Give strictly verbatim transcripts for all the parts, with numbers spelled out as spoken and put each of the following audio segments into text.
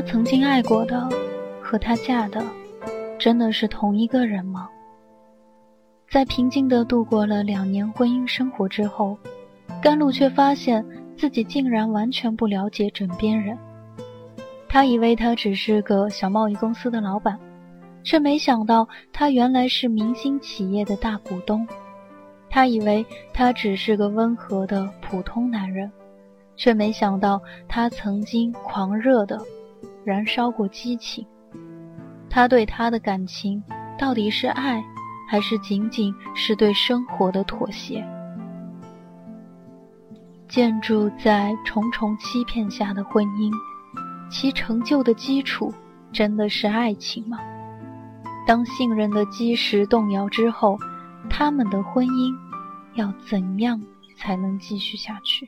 曾经爱过的和他嫁的真的是同一个人吗？在平静地度过了两年婚姻生活之后，甘露却发现自己竟然完全不了解枕边人。他以为他只是个小贸易公司的老板，却没想到他原来是明星企业的大股东。他以为他只是个温和的普通男人，却没想到他曾经狂热地燃烧过激情。他对他的感情到底是爱，还是仅仅是对生活的妥协？建筑在重重欺骗下的婚姻，其成就的基础真的是爱情吗？当信任的基石动摇之后，他们的婚姻要怎样才能继续下去？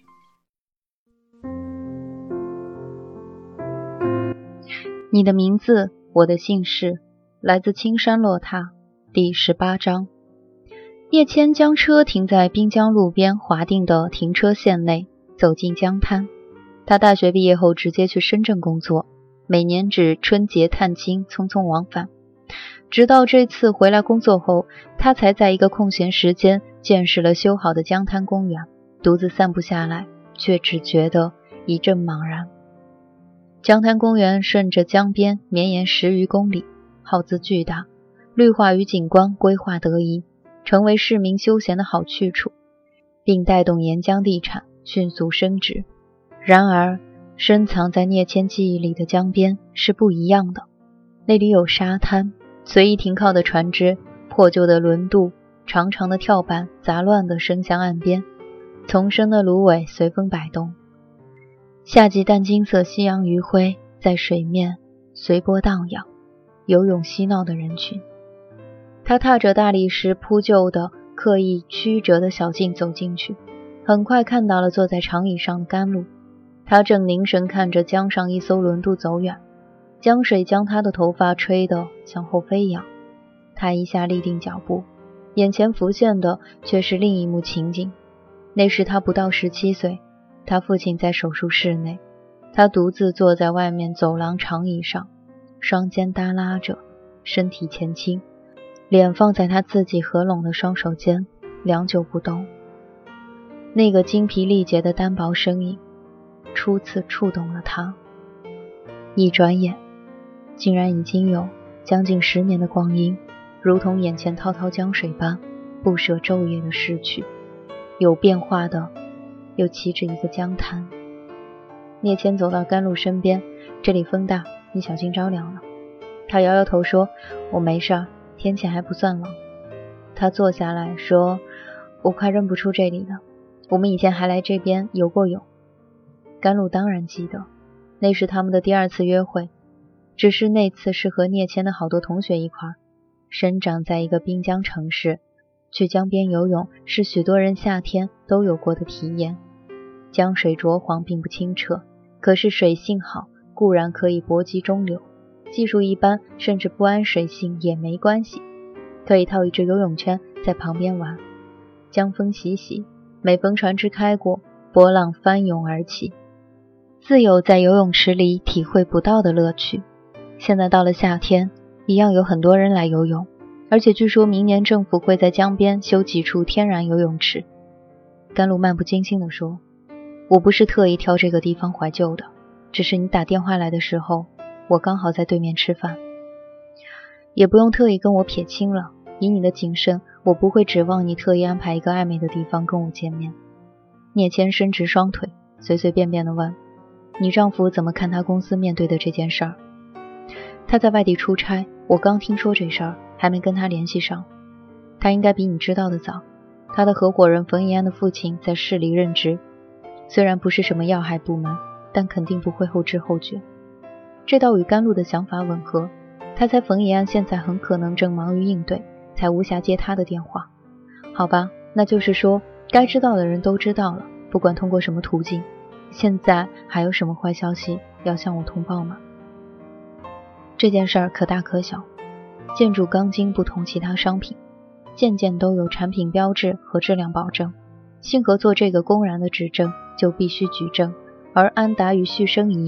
你的名字，我的姓氏，来自青山落榻，第十八章。叶谦将车停在滨江路边划定的停车线内，走进江滩。他大学毕业后直接去深圳工作，每年只春节探亲匆匆往返。直到这次回来工作后，他才在一个空闲时间见识了修好的江滩公园，独自散步下来，却只觉得一阵茫然。江滩公园顺着江边绵延十余公里，耗资巨大，绿化与景观规划得宜，成为市民休闲的好去处，并带动沿江地产迅速升值。然而深藏在聂谦记忆里的江边是不一样的，那里有沙滩，随意停靠的船只，破旧的轮渡，长长的跳板杂乱地伸向岸边，丛生的芦苇随风摆动。夏季淡金色夕阳余晖在水面随波荡漾，游泳嬉闹的人群。他踏着大理石铺就的刻意曲折的小径走进去，很快看到了坐在长椅上的甘露。他正凝神看着江上一艘轮渡走远，江水将他的头发吹得向后飞扬。他一下立定脚步，眼前浮现的却是另一幕情景。那时他不到十七岁，他父亲在手术室内，他独自坐在外面走廊长椅上，双肩耷拉着，身体前倾，脸放在他自己合拢的双手间，良久不动。那个精疲力竭的单薄身影初次触动了他。一转眼竟然已经有将近十年的光阴，如同眼前滔滔江水般不舍昼夜的逝去。有变化的又岂止一个江滩。聂谦走到甘露身边，这里风大，你小心着凉了。他摇摇头说，我没事儿，天气还不算冷。他坐下来说，我快认不出这里了，我们以前还来这边游过泳。甘露当然记得，那是他们的第二次约会，只是那次是和聂谦的好多同学一块儿。生长在一个滨江城市，去江边游泳是许多人夏天都有过的体验。江水浊黄并不清澈，可是水性好，固然可以搏击中流，技术一般甚至不谙水性也没关系，可以套一只游泳圈在旁边玩。江风习习，每逢船只开过，波浪翻涌而起，自有在游泳池里体会不到的乐趣。现在到了夏天，一样有很多人来游泳，而且据说明年政府会在江边修几处天然游泳池。甘露漫不经心地说，我不是特意挑这个地方怀旧的，只是你打电话来的时候，我刚好在对面吃饭。也不用特意跟我撇清了，以你的谨慎，我不会指望你特意安排一个暧昧的地方跟我见面。聂谦伸直双腿，随随便便地问，你丈夫怎么看他公司面对的这件事儿？他在外地出差，我刚听说这事儿，还没跟他联系上。他应该比你知道的早，他的合伙人冯一安的父亲在市里任职，虽然不是什么要害部门，但肯定不会后知后觉。这倒与甘露的想法吻合，他猜冯一安现在很可能正忙于应对，才无暇接他的电话。好吧，那就是说该知道的人都知道了，不管通过什么途径。现在还有什么坏消息要向我通报吗？这件事儿可大可小，建筑钢筋不同其他商品，件件都有产品标志和质量保证。信和做这个公然的指证就必须举证，而安达与旭升一样，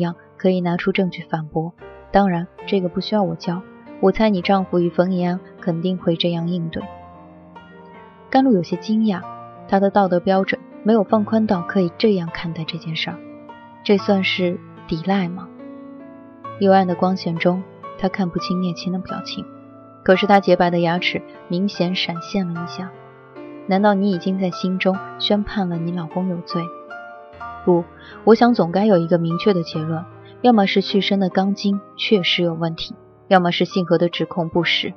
可以拿出证据反驳。当然，这个不需要我教，我猜你丈夫与冯以安肯定会这样应对。甘露有些惊讶，他的道德标准没有放宽到可以这样看待这件事儿，这算是抵赖吗？幽暗的光线中，他看不清聂青的表情，可是他洁白的牙齿明显闪现了一下。难道你已经在心中宣判了你老公有罪？不，我想总该有一个明确的结论，要么是旭升的钢筋确实有问题，要么是信和的指控不实。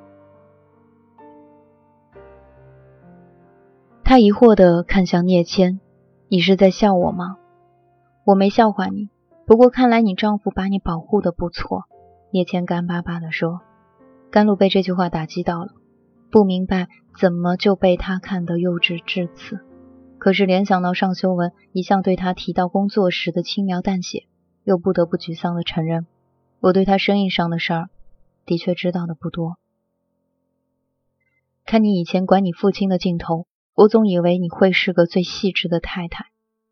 他疑惑地看向聂千，你是在笑我吗？我没笑话你，不过看来你丈夫把你保护得不错。聂千干巴巴地说。甘露被这句话打击到了，不明白怎么就被他看得幼稚至此。可是联想到尚修文一向对他提到工作时的轻描淡写，又不得不沮丧地承认，我对他生意上的事儿的确知道的不多。看你以前管你父亲的镜头，我总以为你会是个最细致的太太。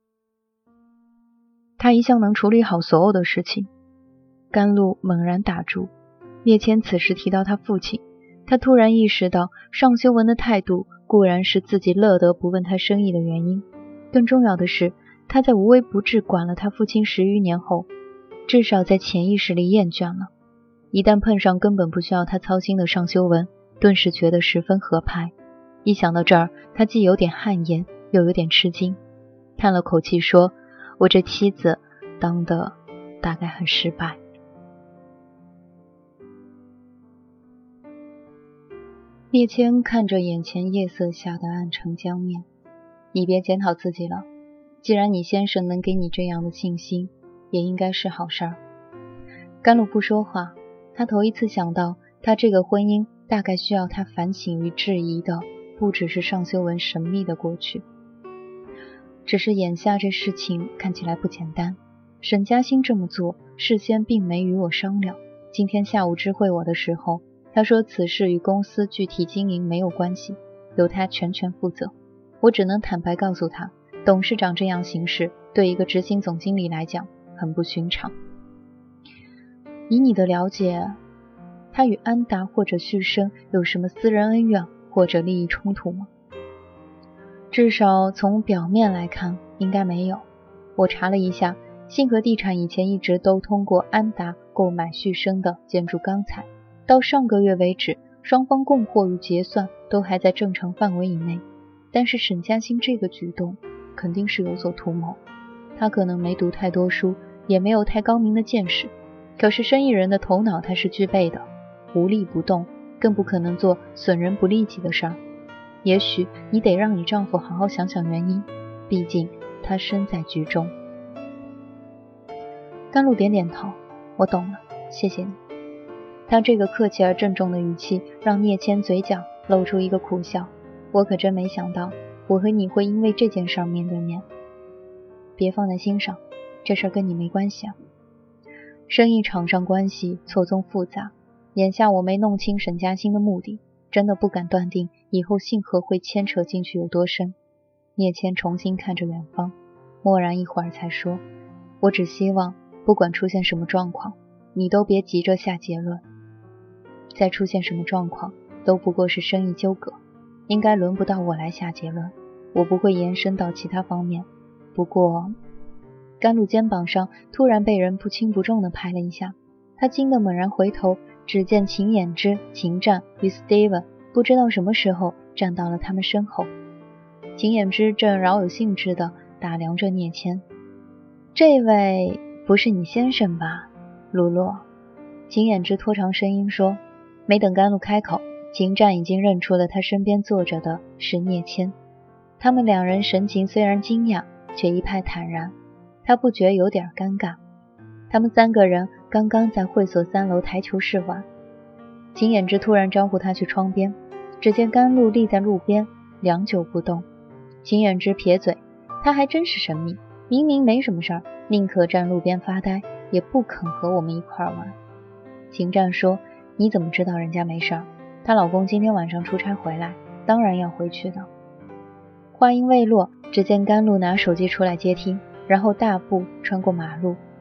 他一向能处理好所有的事情。甘露猛然打住。聂千此时提到他父亲，他突然意识到尚修文的态度固然是自己乐得不问他生意的原因，更重要的是他在无微不至管了他父亲十余年后，至少在潜意识里厌倦了。一旦碰上根本不需要他操心的尚修文，顿时觉得十分合拍。一想到这儿，他既有点汗颜，又有点吃惊，叹了口气说，我这妻子当得大概很失败。聂千看着眼前夜色下的暗沉江面，你别检讨自己了，既然你先生能给你这样的信心，也应该是好事儿。甘露不说话，他头一次想到，他这个婚姻大概需要他反省与质疑的，不只是尚修文神秘的过去。只是眼下这事情看起来不简单，沈嘉欣这么做，事先并没与我商量，今天下午知会我的时候，他说此事与公司具体经营没有关系，由他全权负责。我只能坦白告诉他，董事长这样行事对一个执行总经理来讲很不寻常。以你的了解，他与安达或者旭升有什么私人恩怨或者利益冲突吗？至少从表面来看应该没有。我查了一下，信和地产以前一直都通过安达购买旭升的建筑钢材，到上个月为止，双方供货与结算都还在正常范围以内。但是沈嘉欣这个举动肯定是有所图谋，他可能没读太多书，也没有太高明的见识，可是生意人的头脑他是具备的，无利不动，更不可能做损人不利己的事儿。也许你得让你丈夫好好想想原因，毕竟他身在局中。甘露点点头，我懂了，谢谢你。他这个客气而郑重的语气让聂千嘴角露出一个苦笑，我可真没想到我和你会因为这件事儿面对面。别放在心上，这事儿跟你没关系啊。生意场上关系错综复杂，眼下我没弄清沈嘉欣的目的，真的不敢断定以后信和会牵扯进去有多深。聂千重新看着远方，默然一会儿才说，我只希望不管出现什么状况，你都别急着下结论。再出现什么状况都不过是生意纠葛，应该轮不到我来下结论，我不会延伸到其他方面。不过甘露肩膀上突然被人不轻不重地拍了一下，他惊得猛然回头，只见秦衍之、秦战与 Steven 不知道什么时候站到了他们身后。秦衍之正饶有兴致地打量着聂千，这位不是你先生吧，露露？秦衍之拖长声音说。没等甘露开口，秦战已经认出了他身边坐着的是聂千。他们两人神情虽然惊讶，却一派坦然，他不觉有点尴尬。他们三个人刚刚在会所三楼台球室玩，秦衍之突然招呼他去窗边，只见甘露立在路边，良久不动。秦衍之撇嘴，他还真是神秘，明明没什么事儿，宁可站路边发呆，也不肯和我们一块玩。秦战说，你怎么知道人家没事儿？她老公今天晚上出差回来，当然要回去的。话音未落，只见甘露拿手机出来接听，然后大步穿过马路，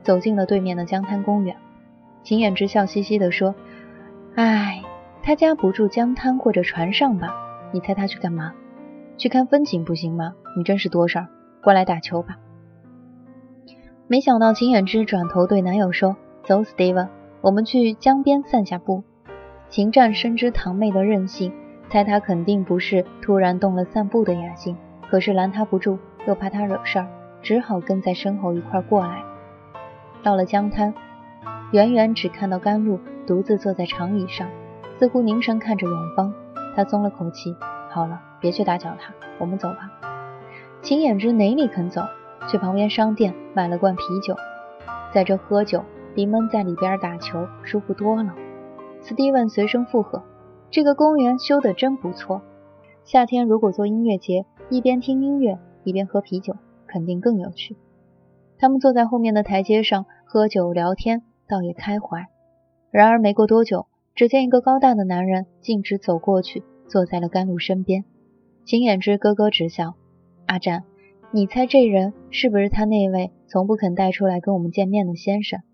走进了对面的江滩公园。秦远之笑嘻嘻地说，唉，他家不住江滩或者船上吧？你猜他去干嘛？去看风景不行吗？你真是多事儿，过来打球吧。没想到秦远之转头对男友说，走 Steven， 我们去江边散下步。秦战深知堂妹的任性，猜他肯定不是突然动了散步的雅兴，可是拦他不住，又怕他惹事儿，只好跟在身后一块过来。到了江滩，远远只看到甘露独自坐在长椅上，似乎凝神看着远方。他松了口气，好了，别去打搅他，我们走吧。秦衍之哪里肯走，去旁边商店买了罐啤酒，在这喝酒比闷在里边打球舒服多了。斯蒂文随声附和，这个公园修得真不错，夏天如果做音乐节，一边听音乐一边喝啤酒，肯定更有趣。他们坐在后面的台阶上喝酒聊天，倒也开怀。然而没过多久，只见一个高大的男人径直走过去，坐在了甘露身边。秦衍之咯咯直笑，阿战，你猜这人是不是他那位从不肯带出来跟我们见面的先生？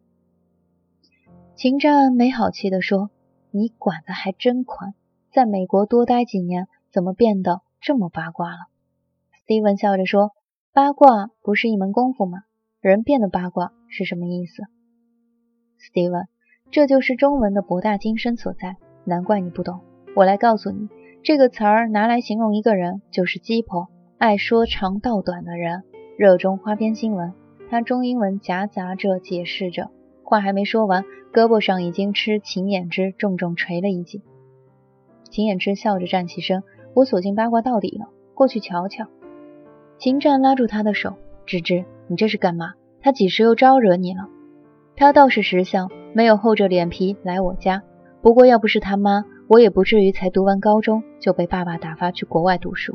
秦战没好气地说，你管得还真宽，在美国多待几年，怎么变得这么八卦了？ Steven 笑着说，八卦不是一门功夫吗？人变得八卦是什么意思？ Steven， 这就是中文的博大精深所在，难怪你不懂。我来告诉你，这个词儿拿来形容一个人就是鸡婆，爱说长道短的人，热衷花边新闻。他中英文夹杂着解释着，话还没说完，胳膊上已经吃秦衍之重重捶了一记。秦衍之笑着站起身，我索性八卦到底了，过去瞧瞧。秦战拉住他的手，芝芝，你这是干嘛？他几时又招惹你了？他倒是识相，没有厚着脸皮来我家，不过要不是他妈，我也不至于才读完高中就被爸爸打发去国外读书。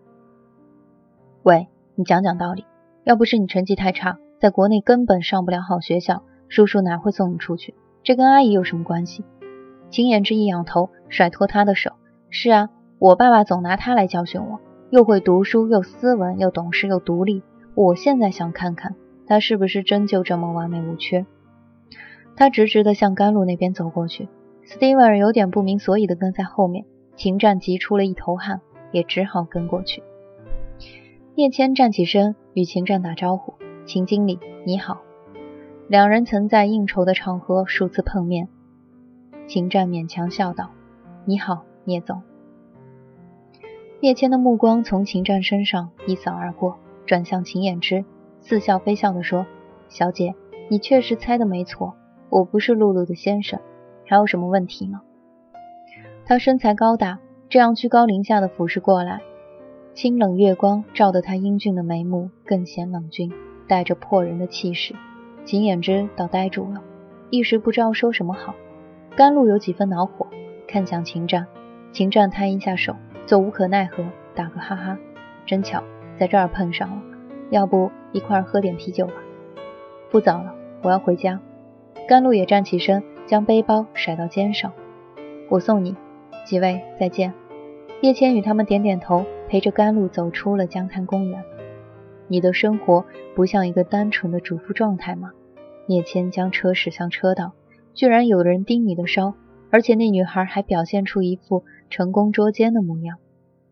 喂，你讲讲道理，要不是你成绩太差，在国内根本上不了好学校，叔叔哪会送你出去？这跟阿姨有什么关系？秦衍之一仰头，甩脱他的手。是啊，我爸爸总拿他来教训我，又会读书，又斯文，又懂事，又独立。我现在想看看，他是不是真就这么完美无缺。他直直地向甘露那边走过去，斯蒂文有点不明所以地跟在后面。秦战急出了一头汗，也只好跟过去。叶谦站起身与秦战打招呼，秦经理你好。两人曾在应酬的场合数次碰面。秦战勉强笑道，你好，聂总。叶谦的目光从秦战身上一扫而过，转向秦衍之，似笑非笑地说，小姐，你确实猜得没错，我不是露露的先生，还有什么问题吗？他身材高大，这样居高临下的俯视过来，清冷月光照得他英俊的眉目更显冷峻，带着迫人的气势。秦衍之倒呆住了，一时不知道说什么好。甘露有几分恼火，看向秦战，秦战摊一下手，做无可奈何，打个哈哈，真巧，在这儿碰上了，要不一块喝点啤酒吧？不早了，我要回家。甘露也站起身，将背包甩到肩上，我送你，几位再见。叶谦与他们点点头，陪着甘露走出了江滩公园。你的生活不像一个单纯的主妇状态吗？叶谦将车驶向车道，居然有人盯你的梢，而且那女孩还表现出一副成功捉奸的模样。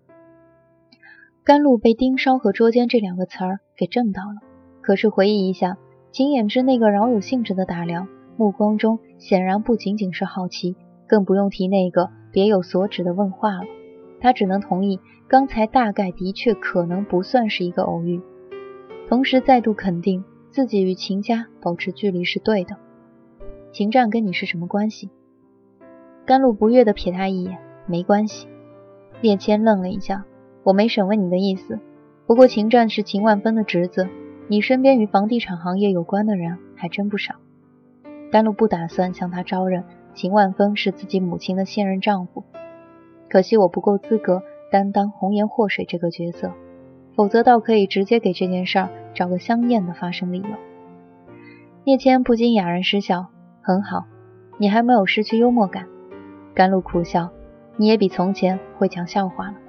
甘露被盯梢和捉奸这两个词儿给震到了，可是回忆一下，秦衍之那个饶有兴致的打量，目光中显然不仅仅是好奇，更不用提那个别有所指的问话了。他只能同意，刚才大概的确可能不算是一个偶遇，同时再度肯定自己与秦家保持距离是对的。秦战跟你是什么关系？甘露不悦地瞥他一眼，没关系。叶谦愣了一下，我没审问你的意思，不过秦战是秦万芬的侄子，你身边与房地产行业有关的人还真不少。甘露不打算向他招认秦万芬是自己母亲的现任丈夫，可惜我不够资格担当红颜祸水这个角色，否则倒可以直接给这件事儿找个香艳的发生理由。叶谦不禁哑然失笑，很好，你还没有失去幽默感。甘露苦笑，你也比从前会讲笑话了。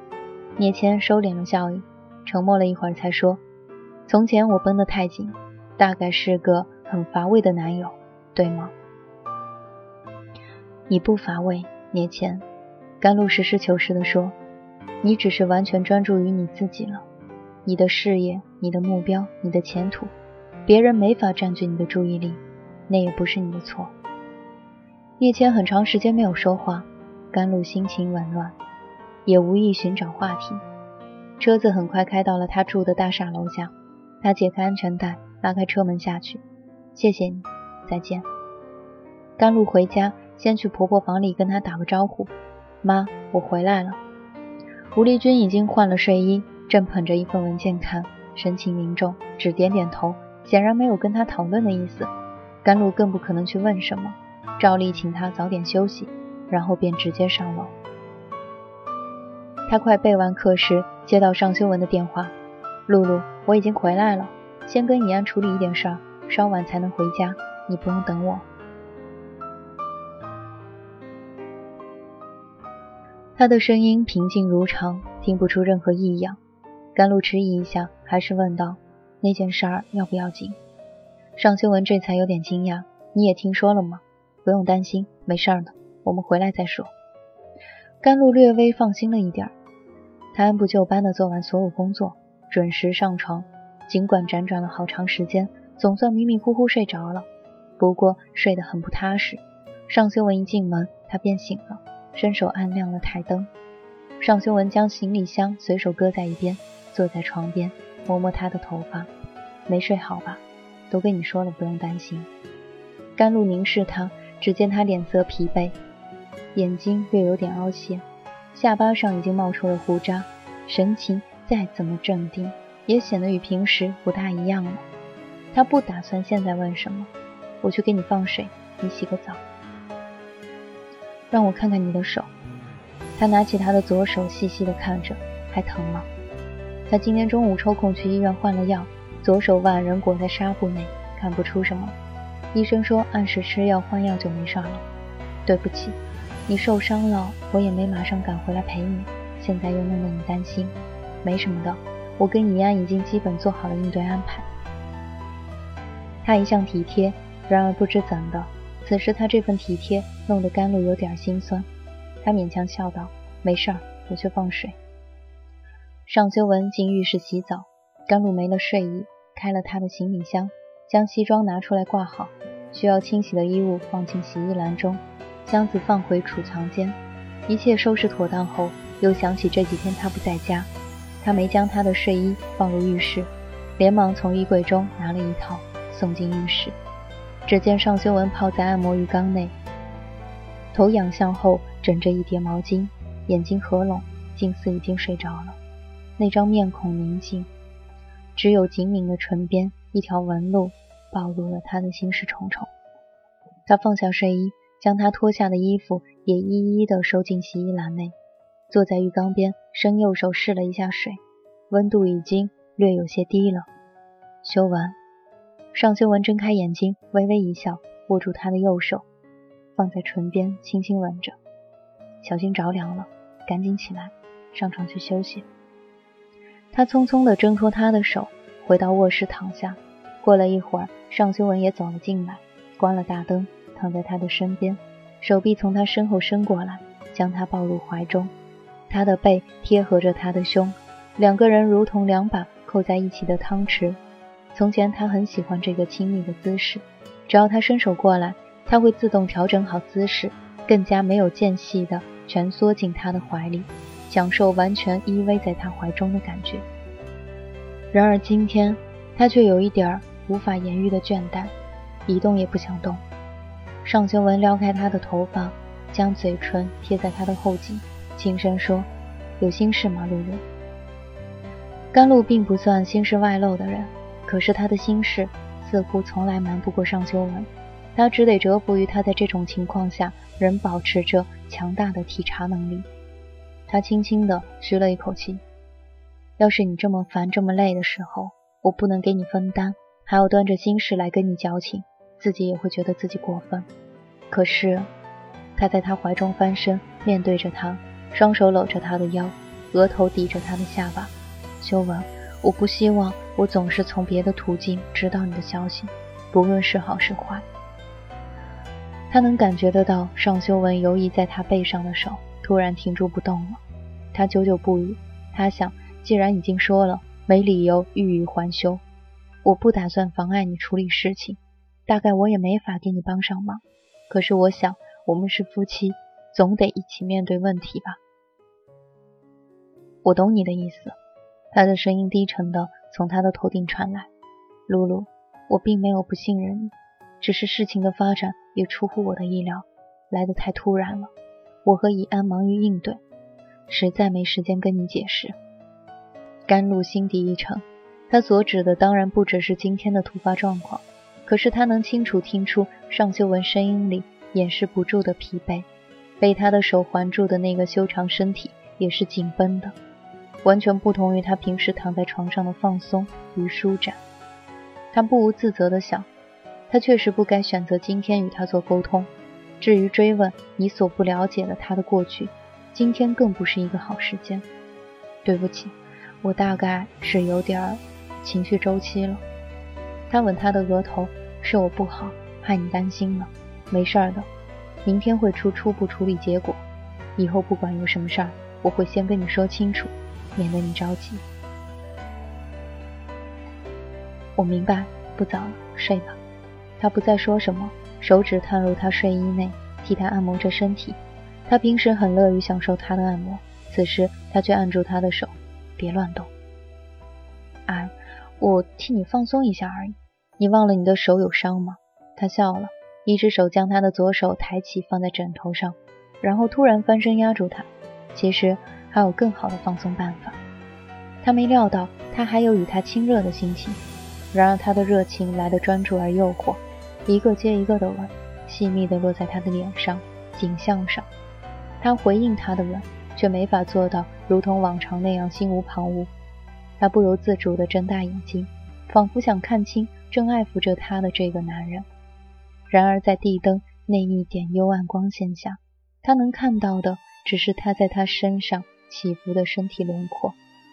叶谦收敛了笑意，沉默了一会儿才说，从前我绷得太紧， 大概是个很乏味的男友，对吗？你不乏味，聂谦。甘露实事求是地说，你只是完全专注于你自己了，你的事业，你的目标，你的前途，别人没法占据你的注意力，那也不是你的错。聂谦很长时间没有说话，甘露心情紊乱，也无意寻找话题。车子很快开到了他住的大厦楼下，他解开安全带，拉开车门下去。谢谢你，再见。甘露回家，先去婆婆房里跟她打个招呼，妈，我回来了。吴丽君已经换了睡衣，正捧着一份文件看，神情凝重，只点点头，显然没有跟她讨论的意思。甘露更不可能去问什么，照例请她早点休息，然后便直接上楼。他快备完课时，接到尚修文的电话，露露，我已经回来了，先跟怡安处理一点事儿，稍晚才能回家，你不用等我。他的声音平静如常，听不出任何异样。甘露迟疑一下，还是问道，那件事儿要不要紧？尚修文这才有点惊讶，你也听说了吗？不用担心，没事儿的，我们回来再说。甘露略微放心了一点，他按部就班地做完所有工作，准时上床，尽管辗转了好长时间，总算迷迷糊糊睡着了，不过睡得很不踏实。尚修文一进门，他便醒了，伸手按亮了台灯。尚修文将行李箱随手搁在一边，坐在床边，摸摸他的头发，没睡好吧？都跟你说了，不用担心。甘露凝视他，只见他脸色疲惫，眼睛略有点凹陷，下巴上已经冒出了胡渣，神情再怎么镇定，也显得与平时不大一样了。他不打算现在问什么，我去给你放水，你洗个澡。让我看看你的手。他拿起他的左手，细细地看着，还疼吗？他今天中午抽空去医院换了药，左手腕仍裹在纱布内，看不出什么。医生说按时吃药换药就没事了。对不起，你受伤了，我也没马上赶回来陪你，现在又弄得你担心。没什么的，我跟怡安已经基本做好了应对安排。他一向体贴，然而不知怎的，此时他这份体贴弄得甘露有点心酸。他勉强笑道，没事儿，我去放水。尚修文进浴室洗澡，甘露没了睡意，开了他的行李箱，将西装拿出来挂好，需要清洗的衣物放进洗衣篮中，箱子放回储藏间。一切收拾妥当后，又想起这几天他不在家，他没将他的睡衣放入浴室，连忙从衣柜中拿了一套送进浴室。只见尚修文泡在按摩浴缸内，头仰向后枕着一叠毛巾，眼睛合拢，近似已经睡着了。那张面孔宁静，只有紧抿的唇边一条纹路暴露了他的心事重重。他放下睡衣，将他脱下的衣服也一一地收进洗衣篮内，坐在浴缸边，伸右手试了一下水，温度已经略有些低了。修文。尚修文睁开眼睛，微微一笑，握住他的右手，放在唇边轻轻吻着。小心着凉了，赶紧起来，上床去休息。他匆匆地挣脱他的手，回到卧室躺下。过了一会儿，尚修文也走了进来，关了大灯，躺在他的身边，手臂从他身后伸过来，将他抱入怀中。他的背贴合着他的胸，两个人如同两把扣在一起的汤匙。从前他很喜欢这个亲密的姿势，只要他伸手过来，他会自动调整好姿势，更加没有间隙地蜷缩进他的怀里，享受完全依偎在他怀中的感觉。然而今天他却有一点无法言喻的倦怠，一动也不想动。尚修文撩开他的头发，将嘴唇贴在他的后颈，轻声说，有心事吗，露露？甘露并不算心事外露的人，可是他的心事似乎从来瞒不过尚修文，他只得折服于他在这种情况下仍保持着强大的体察能力。他轻轻地吁了一口气，要是你这么烦这么累的时候，我不能给你分担，还要端着心事来跟你矫情，自己也会觉得自己过分。可是他在他怀中翻身，面对着他，双手搂着他的腰，额头抵着他的下巴。修文，我不希望我总是从别的途径知道你的消息，不论是好是坏。他能感觉得到尚修文游移在他背上的手突然停住不动了。他久久不语，他想，既然已经说了，没理由欲语还休。我不打算妨碍你处理事情，大概我也没法给你帮上忙，可是我想，我们是夫妻，总得一起面对问题吧。我懂你的意思。他的声音低沉的从他的头顶传来。露露，我并没有不信任你，只是事情的发展也出乎我的意料，来得太突然了。我和以安忙于应对，实在没时间跟你解释。甘露心底一沉，他所指的当然不只是今天的突发状况，可是他能清楚听出尚修文声音里掩饰不住的疲惫，被他的手环住的那个修长身体也是紧绷的，完全不同于他平时躺在床上的放松与舒展。他不无自责地想，他确实不该选择今天与他做沟通，至于追问你所不了解的他的过去，今天更不是一个好时间。对不起，我大概是有点情绪周期了。他吻他的额头，是我不好，害你担心了。没事儿的，明天会出初步处理结果，以后不管有什么事儿，我会先跟你说清楚，免得你着急。我明白，不早了，睡吧。他不再说什么，手指探入他睡衣内，替他按摩着身体。他平时很乐于享受他的按摩，此时他却按住他的手，别乱动。哎，我替你放松一下而已，你忘了你的手有伤吗？他笑了，一只手将他的左手抬起放在枕头上，然后突然翻身压住他。其实还有更好的放松办法。他没料到他还有与他亲热的心情，然而他的热情来得专注而诱惑，一个接一个的吻，细密地落在他的脸上、颈项上。他回应他的吻，却没法做到如同往常那样心无旁骛。他不由自主地睁大眼睛，仿佛想看清正爱抚着他的这个男人。然而在地灯那一点幽暗光线下，他能看到的只是他在他身上起伏的身体轮廓。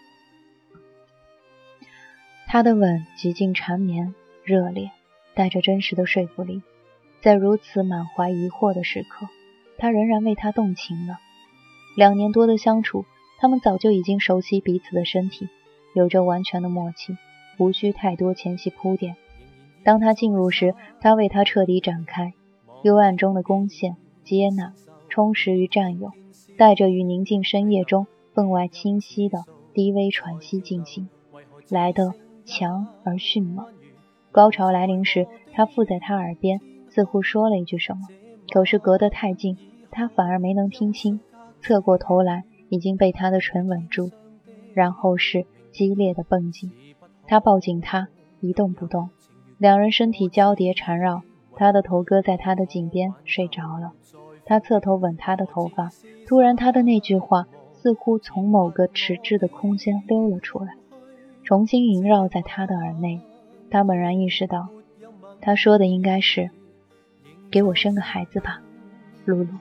他的吻极尽缠绵热烈，带着真实的说服力。在如此满怀疑惑的时刻，他仍然为他动情了。两年多的相处，他们早就已经熟悉彼此的身体，有着完全的默契，无需太多前戏铺垫。当他进入时，他为他彻底展开，幽暗中的攻陷、接纳、充实与占有，带着与宁静深夜中分外清晰的低微喘息进行，来得强而迅猛。高潮来临时，他附在他耳边，似乎说了一句什么，可是隔得太近，他反而没能听清。侧过头来，已经被他的唇吻住，然后是激烈的蹦极。他抱紧他，一动不动，两人身体交叠缠绕，他的头搁在他的颈边睡着了。他侧头吻他的头发，突然他的那句话似乎从某个迟滞的空间溜了出来，重新萦绕在他的耳内。他猛然意识到，他说的应该是给我生个孩子吧，露露。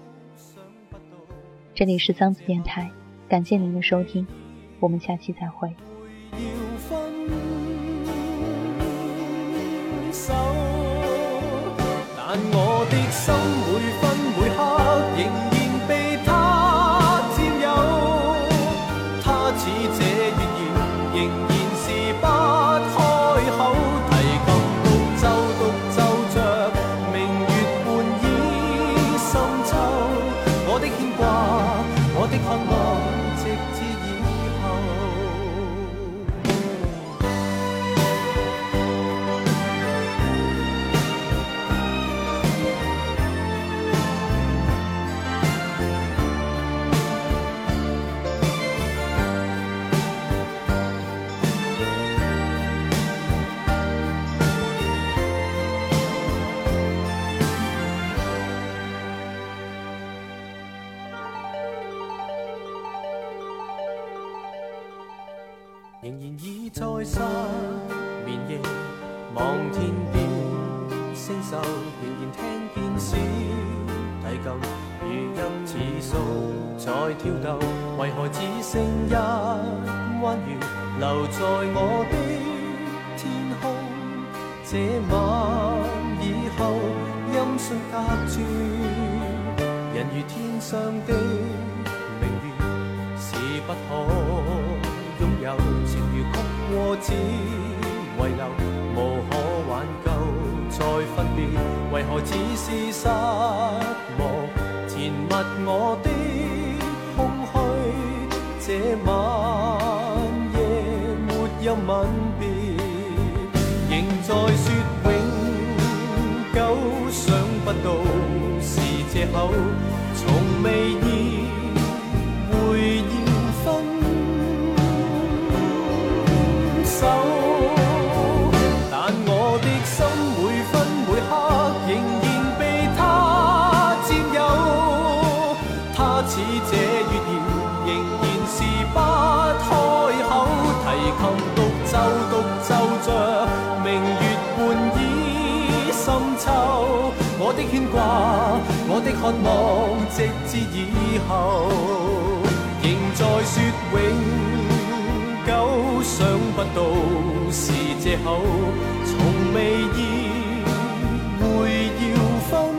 这里是桑子电台，感谢您的收听，我们下期再会。但我的心每分每刻仍然被他佔有，他似這月兒仍然是不開口，提琴獨奏獨奏着明月半倚深秋，我的牽掛，我的渴望，直至以後。仍然倚在失眠夜，望天邊星宿，仍然聽見小提琴如泣似訴在跳動，為何只剩一彎月留在我的天空，這晚以後音訊隔絕，人如天上的明月是不可擁有，情如曲過只遺留，無可挽救再分別，為何只是失望填密我的空虛，這晚夜沒有吻別，仍在說永久，想不到是藉口，從未意會要分手，但我的心每分每刻仍然被他佔有，他似這月兒仍然是不開口，提琴獨奏獨奏着明月半倚深秋，我的牽掛我的渴望直至以後，仍在說永久，想不到是藉口，從未意會要分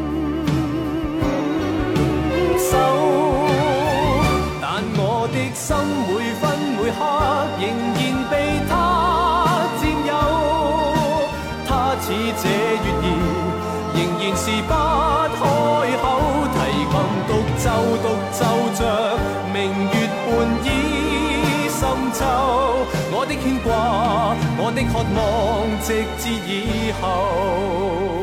手，但我的心每分每刻仍然被他佔有，他似這月兒仍然是不開口，提琴獨奏獨奏着明月半倚深秋，我的牽掛我的渴望直至以後。